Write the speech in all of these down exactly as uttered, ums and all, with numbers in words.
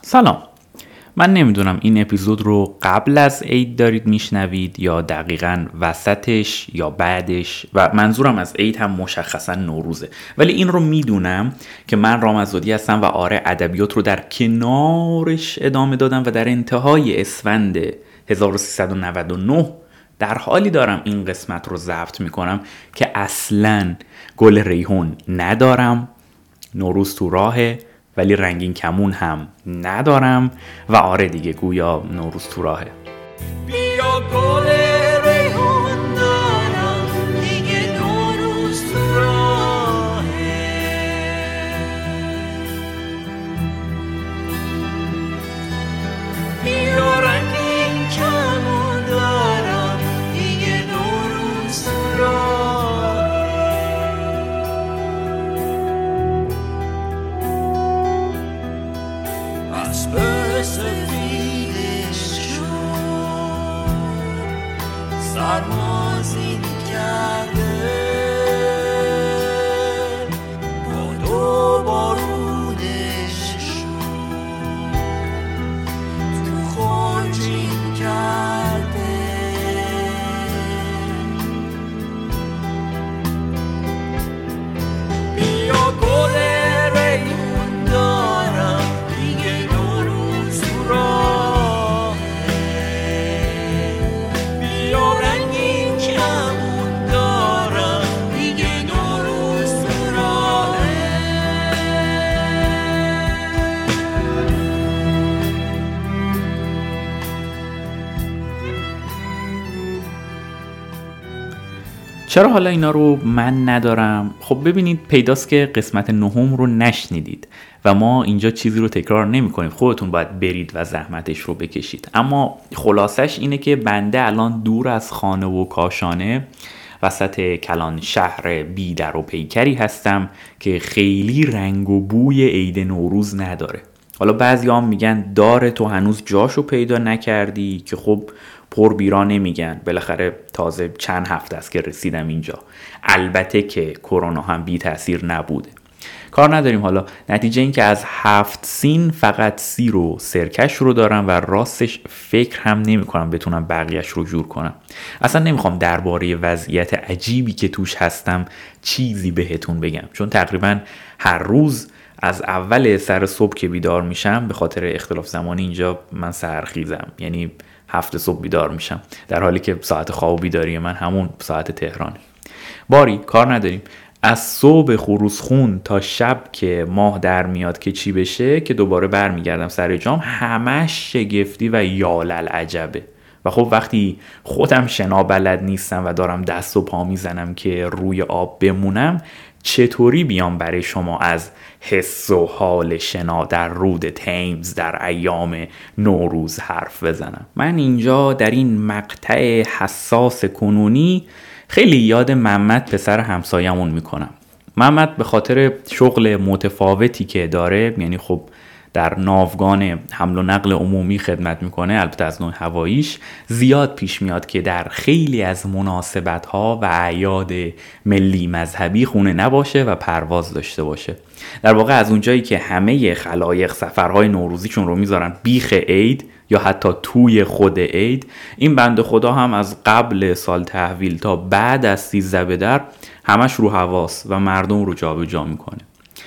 سلام. من نمیدونم این اپیزود رو قبل از عید دارید میشنوید یا دقیقاً وسطش یا بعدش، و منظورم از عید هم مشخصاً نوروزه، ولی این رو میدونم که من رام عزادی هستم و آره ادبیات رو در کنارش ادامه دادم و در انتهای اسفند هزار و سیصد و نود و نه در حالی دارم این قسمت رو ضبط میکنم که اصلاً گل ریحون ندارم، نوروز تو راهه ولی رنگین کمون هم ندارم و آره دیگه گویا نوروز تو راهه. بیا گل ریحون دارم دیگه نوروز تو راهه، بیا رنگین کمون دارم دیگه نوروز تو راهه. سرمازین کرده باد و بارونش شد تو خورجین کرده، بیا گل ریحون دارم دیگه نوروز تو راهه، بیا چرا حالا اینا رو من ندارم؟ خب ببینید، پیداست که قسمت نهم رو نشنیدید و ما اینجا چیزی رو تکرار نمی کنیم، خودتون باید برید و زحمتش رو بکشید. اما خلاصش اینه که بنده الان دور از خانه و کاشانه وسط کلان شهر بی در و پیکری هستم که خیلی رنگ و بوی عید نوروز نداره. حالا بعضی هم میگن داره، تو هنوز جاشو پیدا نکردی، که خب پر بیرا نمیگن، بالاخره تازه چند هفته است که رسیدم اینجا. البته که کرونا هم بی تأثیر نبوده. کار نداریم. حالا نتیجه این که از هفت سین فقط سی رو سرکش رو دارم و راستش فکر هم نمی کنم بتونم بقیهش رو جور کنم. اصلا نمیخوام درباره وضعیت عجیبی که توش هستم چیزی بهتون بگم، چون تقریبا هر روز از اول سر صبح که بیدار میشم، به خاطر اختلاف زمانی اینجا من سحرخیزم، یعنی هفت صبح بیدار میشم، در حالی که ساعت خواب بیداری من همون ساعت تهرانه. باری کار نداریم. از صبح خروسخون تا شب که ماه در میاد که چی بشه، که دوباره برمیگردم سر جام، همش شگفتی و یالل عجبه. و خب وقتی خودم شنا بلد نیستم و دارم دست و پا میزنم که روی آب بمونم، چطوری بیام برای شما از حس و حال شنا در رود تیمز در ایام نوروز حرف بزنم؟ من اینجا در این مقطع حساس کنونی خیلی یاد محمد پسر همسایمون میکنم. محمد به خاطر شغل متفاوتی که داره، یعنی خب در ناوگان حمل و نقل عمومی خدمت میکنه، البته از نوع هواییش، زیاد پیش میاد که در خیلی از مناسبت‌ها و اعیاد ملی مذهبی خونه نباشه و پرواز داشته باشه. در واقع از اونجایی که همه خلایق سفرهای نوروزیشون رو میذارن بیخ عید یا حتی توی خود عید، این بنده خدا هم از قبل سال تحویل تا بعد از سیزده به در همش رو حواس و مردم رو جا به جا میکنه.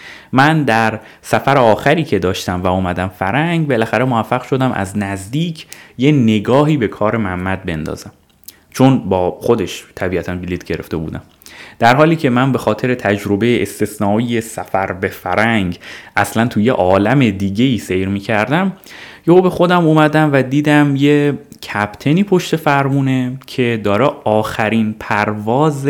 من در سفر آخری که داشتم و اومدم فرنگ، بالاخره موفق شدم از نزدیک یه نگاهی به کار محمد بندازم، چون با خودش طبیعتاً بلیط گرفته بودم. در حالی که من به خاطر تجربه استثنایی سفر به فرنگ اصلا توی یه عالم دیگه‌ای سیر می‌کردم، یهو به خودم اومدم و دیدم یه کپتنی پشت فرمونه که داره آخرین پرواز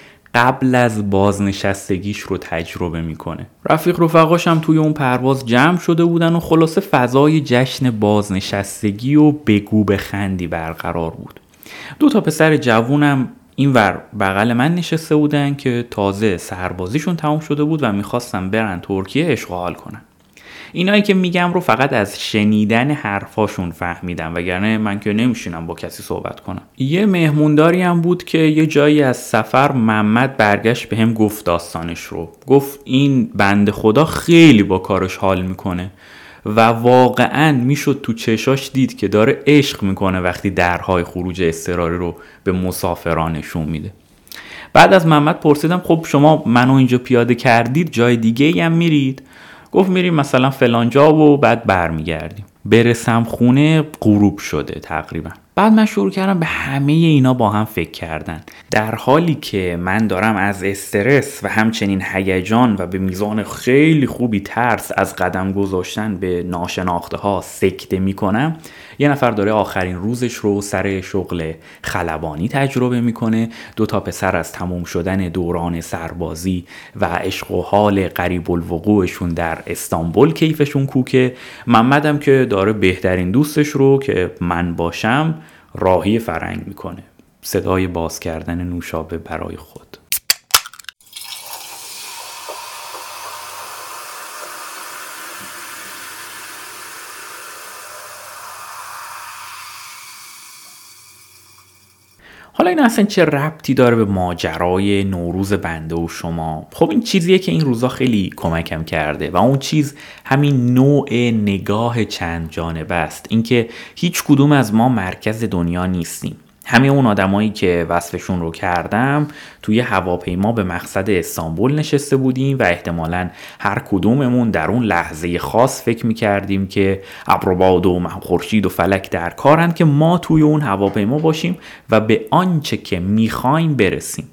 قبل از بازنشستگیش رو تجربه میکنه. رفیق رفقاشم توی اون پرواز جمع شده بودن و خلاصه فضای جشن بازنشستگی و بگو بخندی برقرار بود. دو تا پسر جوونم اینور بغل من نشسته بودن که تازه سربازیشون تمام شده بود و میخواستن برن ترکیه عشق و حال کنن. اینایی که میگم رو فقط از شنیدن حرفاشون فهمیدم، وگرنه من که نمیشینم با کسی صحبت کنم. یه مهمونداری هم بود که یه جایی از سفر محمد برگشت به هم گفت داستانش رو. گفت این بنده خدا خیلی با کارش حال میکنه و واقعا میشد تو چشاش دید که داره عشق میکنه وقتی درهای خروج اضطراری رو به مسافران نشون میده. بعد از محمد پرسیدم خب شما منو اینجا پیاده کردید، جای دیگه هم میرید؟ گفت میریم مثلا فلان جا و بعد برمیگردیم. برسم خونه غروب شده تقریبا. بعد من شروع کردم به همه اینا با هم فکر کردن، در حالی که من دارم از استرس و همچنین هیجان و به میزان خیلی خوبی ترس از قدم گذاشتن به ناشناخته ها سکته میکنم. یه نفر داره آخرین روزش رو سر شغل خلبانی تجربه میکنه، دو تا پسر از تموم شدن دوران سربازی و عشق و حال قریب الوقوعشون در استانبول کیفشون کوکه. محمدم که داره بهترین دوستش رو که من باشم راهی فرنگ میکنه. صدای باز کردن نوشابه برای خود. حالا این اصلا چه ربطی داره به ماجرای نوروز بنده و شما؟ خب این چیزیه که این روزا خیلی کمکم کرده و اون چیز همین نوع نگاه چند جانبه است، اینکه هیچ کدوم از ما مرکز دنیا نیستیم. همه اون آدمایی که وصفشون رو کردم توی هواپیما به مقصد استانبول نشسته بودیم و احتمالاً هر کدوممون در اون لحظه خاص فکر می‌کردیم که ابر و باد و خورشید و فلک در کارند که ما توی اون هواپیما باشیم و به آنچه که می‌خوایم برسیم.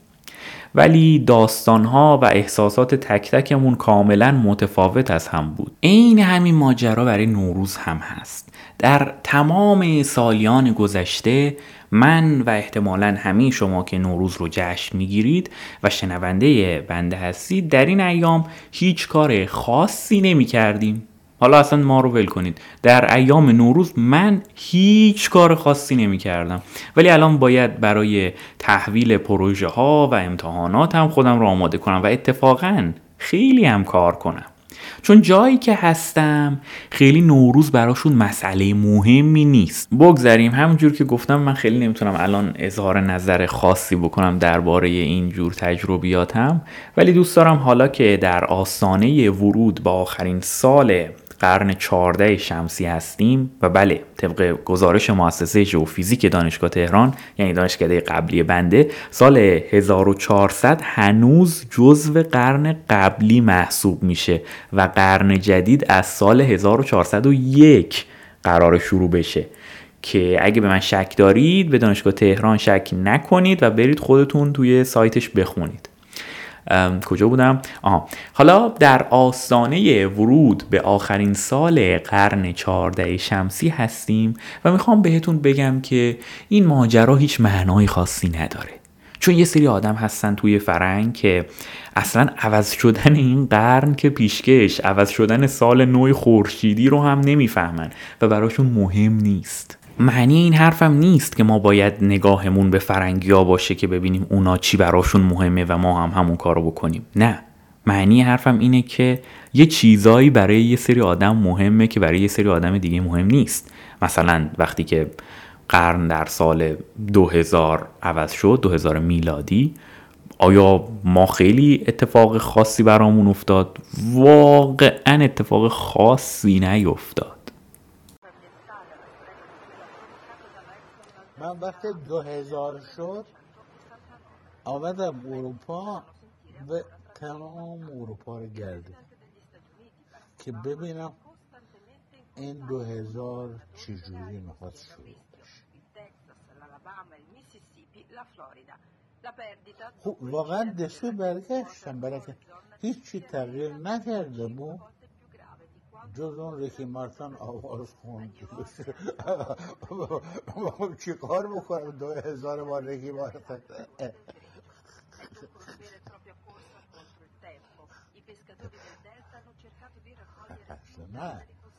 ولی داستانها و احساسات تک تکمون کاملا متفاوت از هم بود. عین همین ماجرا برای نوروز هم هست. در تمام سالیان گذشته من و احتمالاً همه شما که نوروز رو جشن میگیرید و شنونده بنده هستید در این ایام هیچ کار خاصی نمی کردیم. حالا اصلا ما رو ول کنید، در ایام نوروز من هیچ کار خاصی نمی کردم، ولی الان باید برای تحویل پروژه ها و امتحانات هم خودم رو آماده کنم و اتفاقاً خیلی هم کار کنم، چون جایی که هستم خیلی نوروز براشون مسئله مهمی نیست. بگذاریم. همونجور که گفتم من خیلی نمیتونم الان اظهار نظر خاصی بکنم درباره این جور تجربیاتم، ولی دوست دارم حالا که در آستانه ورود به آخرین سال قرن چهارده شمسی هستیم و بله طبق گزارش مؤسسه ژئوفیزیک دانشگاه تهران، یعنی دانشکده قبلی بنده، سال هزار و چهارصد هنوز جزو قرن قبلی محسوب میشه و قرن جدید از سال هزار و چهارصد و یک قرار شروع بشه که اگه به من شک دارید به دانشگاه تهران شک نکنید و برید خودتون توی سایتش بخونید. کجا بودم؟ آها. حالا در آستانه ورود به آخرین سال قرن چهارده شمسی هستیم و میخوام بهتون بگم که این ماجرا هیچ معنای خاصی نداره، چون یه سری آدم هستن توی فرنگ که اصلا عوض شدن این قرن که پیشکش عوض شدن سال نو خورشیدی رو هم نمیفهمن و براشون مهم نیست. معنی این حرفم نیست که ما باید نگاهمون به فرنگیا باشه که ببینیم اونا چی براشون مهمه و ما هم همون کارو بکنیم. نه، معنی حرفم اینه که یه چیزایی برای یه سری آدم مهمه که برای یه سری آدم دیگه مهم نیست. مثلا وقتی که قرن در سال دو هزار عوض شد، دو هزار میلادی، آیا ما خیلی اتفاق خاصی برامون افتاد؟ واقعا اتفاق خاصی نیفتاد. من وقتی دو هزار شد آمدم اروپا و تمام اروپا رو گردم که ببینم این دو هزار چجوری میخواد شروع بشه. خب واقعا دسته برگشتم برای که هیچی تغییر نکرده بود جز اون ریکی مارتن آواز خوند. چی کار بکنم دو هزار بار ریکی مارتن؟ نه،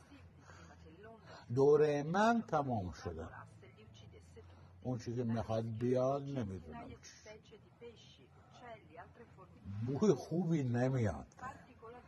دوره من تمام شده، اون چیزی میخواد بیاد نمیدونم چی. بوی خوبی نمیاد.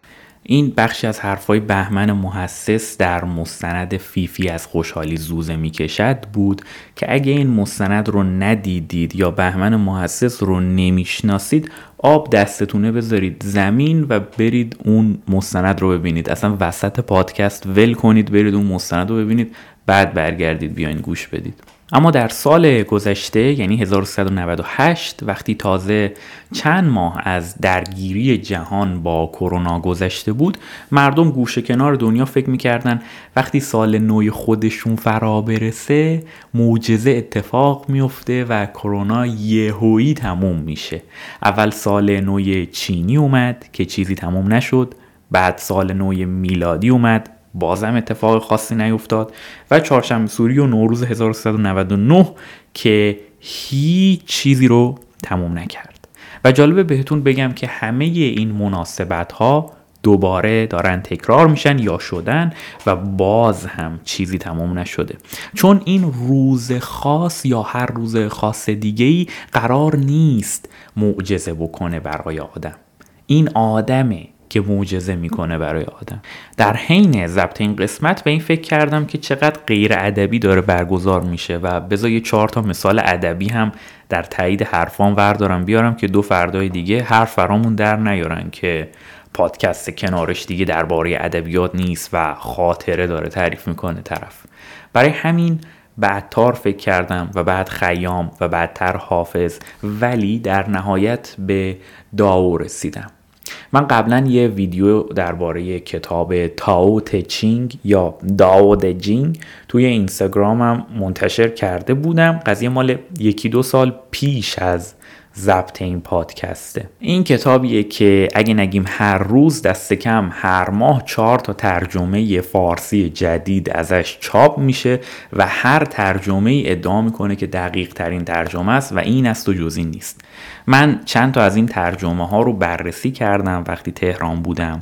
این بخشی از حرفای بهمن محسس در مستند فیفی از خوشحالی زوزه میکشد بود که اگه این مستند رو ندیدید یا بهمن محسس رو نمیشناسید، آب دستتونه بذارید زمین و برید اون مستند رو ببینید. اصلا وسط پادکست ول کنید برید اون مستند رو ببینید، بعد برگردید بیاین گوش بدید. اما در سال گذشته یعنی هزار و سیصد و نود و هشت وقتی تازه چند ماه از درگیری جهان با کرونا گذشته بود، مردم گوشه کنار دنیا فکر میکردن وقتی سال نو خودشون فرا برسه معجزه اتفاق میفته و کرونا یهویی تموم میشه. اول سال نو چینی اومد که چیزی تموم نشد، بعد سال نو میلادی اومد، بازم اتفاق خاصی نیفتاد و چهارشنبه سوری و نوروز هزار و سیصد و نود و نه که هیچ چیزی رو تموم نکرد. و جالبه بهتون بگم که همه این مناسبت ها دوباره دارن تکرار میشن یا شدن و باز هم چیزی تموم نشده، چون این روز خاص یا هر روز خاص دیگه‌ای قرار نیست معجزه بکنه برای آدم. این آدمه که معجزه میکنه برای آدم. در حین ضبط این قسمت به این فکر کردم که چقدر غیر ادبی داره برگزار میشه و بذار یه چهار تا مثال ادبی هم در تایید حرفام وردارم بیارم که دو فردای دیگه حرف فرامون در نیارن که پادکست کنارش دیگه درباره ادبیات نیست و خاطره داره تعریف میکنه طرف. برای همین بعدتر فکر کردم و بعد خیام و بعدتر حافظ، ولی در نهایت به داو رسیدم. من قبلا یه ویدیو درباره کتاب تائو ته چینگ یا داو ده جینگ توی اینستاگرامم منتشر کرده بودم. قضیه مال یکی دو سال پیش از ضبط این پادکسته. این کتابیه که اگه نگیم هر روز دست کم هر ماه چهار تا ترجمه فارسی جدید ازش چاپ میشه و هر ترجمه ادعا میکنه که دقیق ترین ترجمه است و این است و جز این نیست. من چند تا از این ترجمه ها رو بررسی کردم وقتی تهران بودم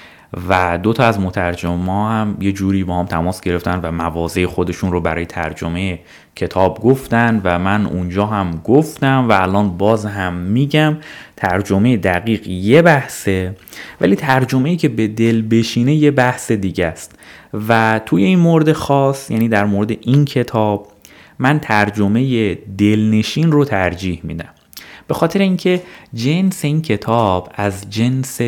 و دو تا از مترجما هم یه جوری با هم تماس گرفتن و مواضع خودشون رو برای ترجمه کتاب گفتن و من اونجا هم گفتم و الان باز هم میگم ترجمه دقیق یه بحثه، ولی ترجمه‌ای که به دل بشینه یه بحث دیگه است. و توی این مورد خاص یعنی در مورد این کتاب من ترجمه دلنشین رو ترجیح میدم، به خاطر اینکه جنس این کتاب از جنس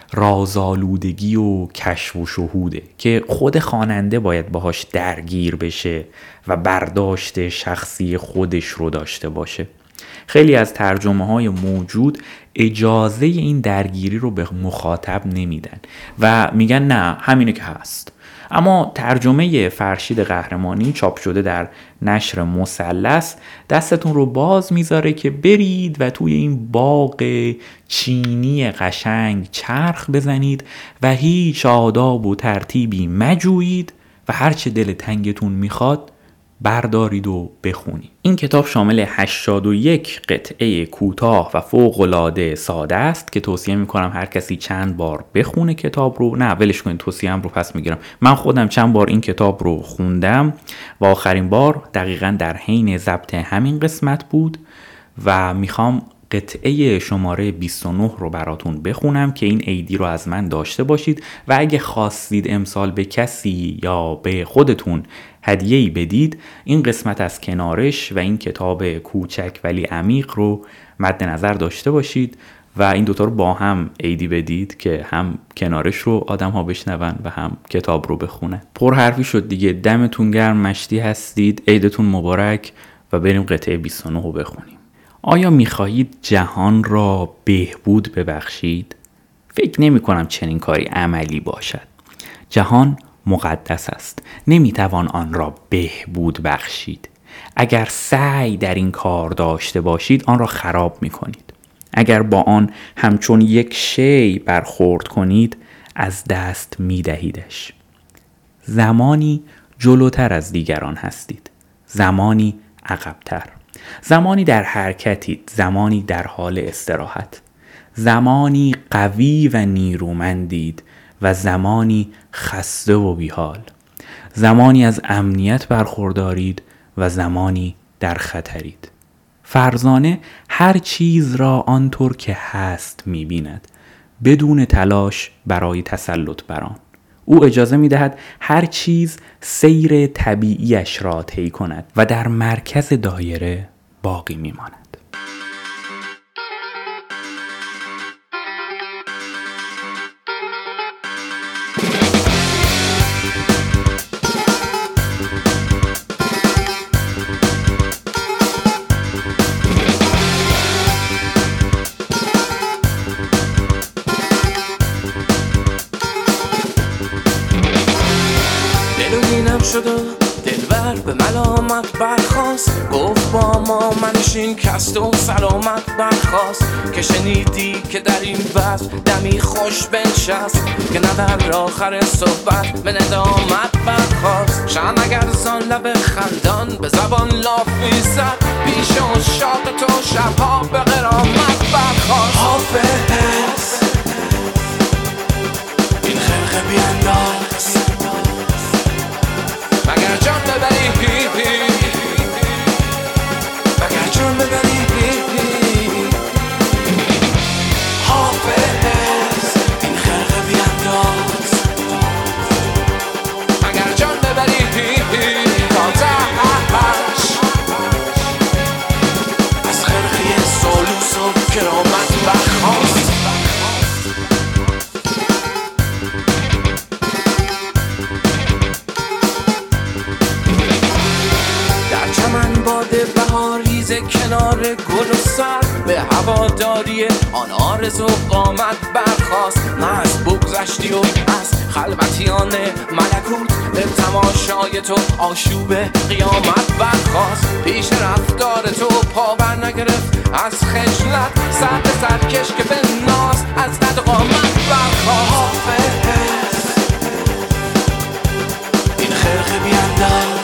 رازآلودگی و کشف و شهوده که خود خواننده باید باهاش درگیر بشه و برداشت شخصی خودش رو داشته باشه. خیلی از ترجمه های موجود اجازه این درگیری رو به مخاطب نمیدن و میگن نه همینه که هست. اما ترجمه فرشید قهرمانی چاپ شده در نشر مثلث دستتون رو باز میذاره که برید و توی این باغ چینی قشنگ چرخ بزنید و هیچ آداب و ترتیبی مجویید و هرچه دل تنگتون میخواد بردارید و بخونید. این کتاب شامل هشتاد و یک قطعه کوتاه و فوق‌العاده ساده است که توصیه میکنم هر کسی چند بار بخونه کتاب رو. نه ولش کنید، توصیه‌ام رو پس میگیرم. من خودم چند بار این کتاب رو خوندم و آخرین بار دقیقاً در حین ضبط همین قسمت بود و میخوام قطعه شماره بیست و نه رو براتون بخونم که این ایدی رو از من داشته باشید و اگه خواستید امسال به کسی یا به خودتون هدیه‌ای بدید این قسمت از کنارش و این کتاب کوچک ولی عمیق رو مد نظر داشته باشید و این دوتا رو با هم ایدی بدید که هم کنارش رو آدم ها بشنون و هم کتاب رو بخونن. پر حرفی شد دیگه، دمتون گرم، مشتی هستید، عیدتون مبارک و بریم قطعه بیست و نه رو بخونیم. آیا میخواهید جهان را بهبود ببخشید؟ فکر نمی کنم چنین کاری عملی باشد. جهان مقدس است. نمیتوان آن را بهبود بخشید. اگر سعی در این کار داشته باشید آن را خراب میکنید. اگر با آن همچون یک شی برخورد کنید از دست میدهیدش. زمانی جلوتر از دیگران هستید. زمانی عقبتر. زمانی در حرکتید، زمانی در حال استراحت. زمانی قوی و نیرومندید و زمانی خسته و بیحال. زمانی از امنیت برخوردارید و زمانی در خطرید. فرزانه هر چیز را آنطور که هست می‌بیند بدون تلاش برای تسلط بر آن. او اجازه می‌دهد هر چیز سیر طبیعیش را طی کند و در مرکز دایره باقی می‌ماند. شد و دلبر به ملامت برخواست، گفت با ما منشین کست و سلامت برخواست، که شنیدی که در این بس دمی خوش بنشست، که نه در آخر صحبت به ندامت برخواست. شم اگر زان لب خندان به زبان لاف میزد، پیش و شاق تو شبها به غرامت برخواست. حافظ این خرقه بینداز، مگر جان ببری مگر جان ببری حافظ این خرقه بینداز، مگر جان ببری تازهش از خرقه سالوس و کرامت برخواست. بهاریز کنار گل و سر به هواداری آن آرزو قامت برخاست. نه از بگذشتی و از خلوتیان ملکوت به تماشای تو آشوب قیامت برخاست. پیش رفتار تو پاور نگرفت از خجلت، سر به سرکش که به ناز از قد قامت برخاست. حافظ این خرقه بینداز،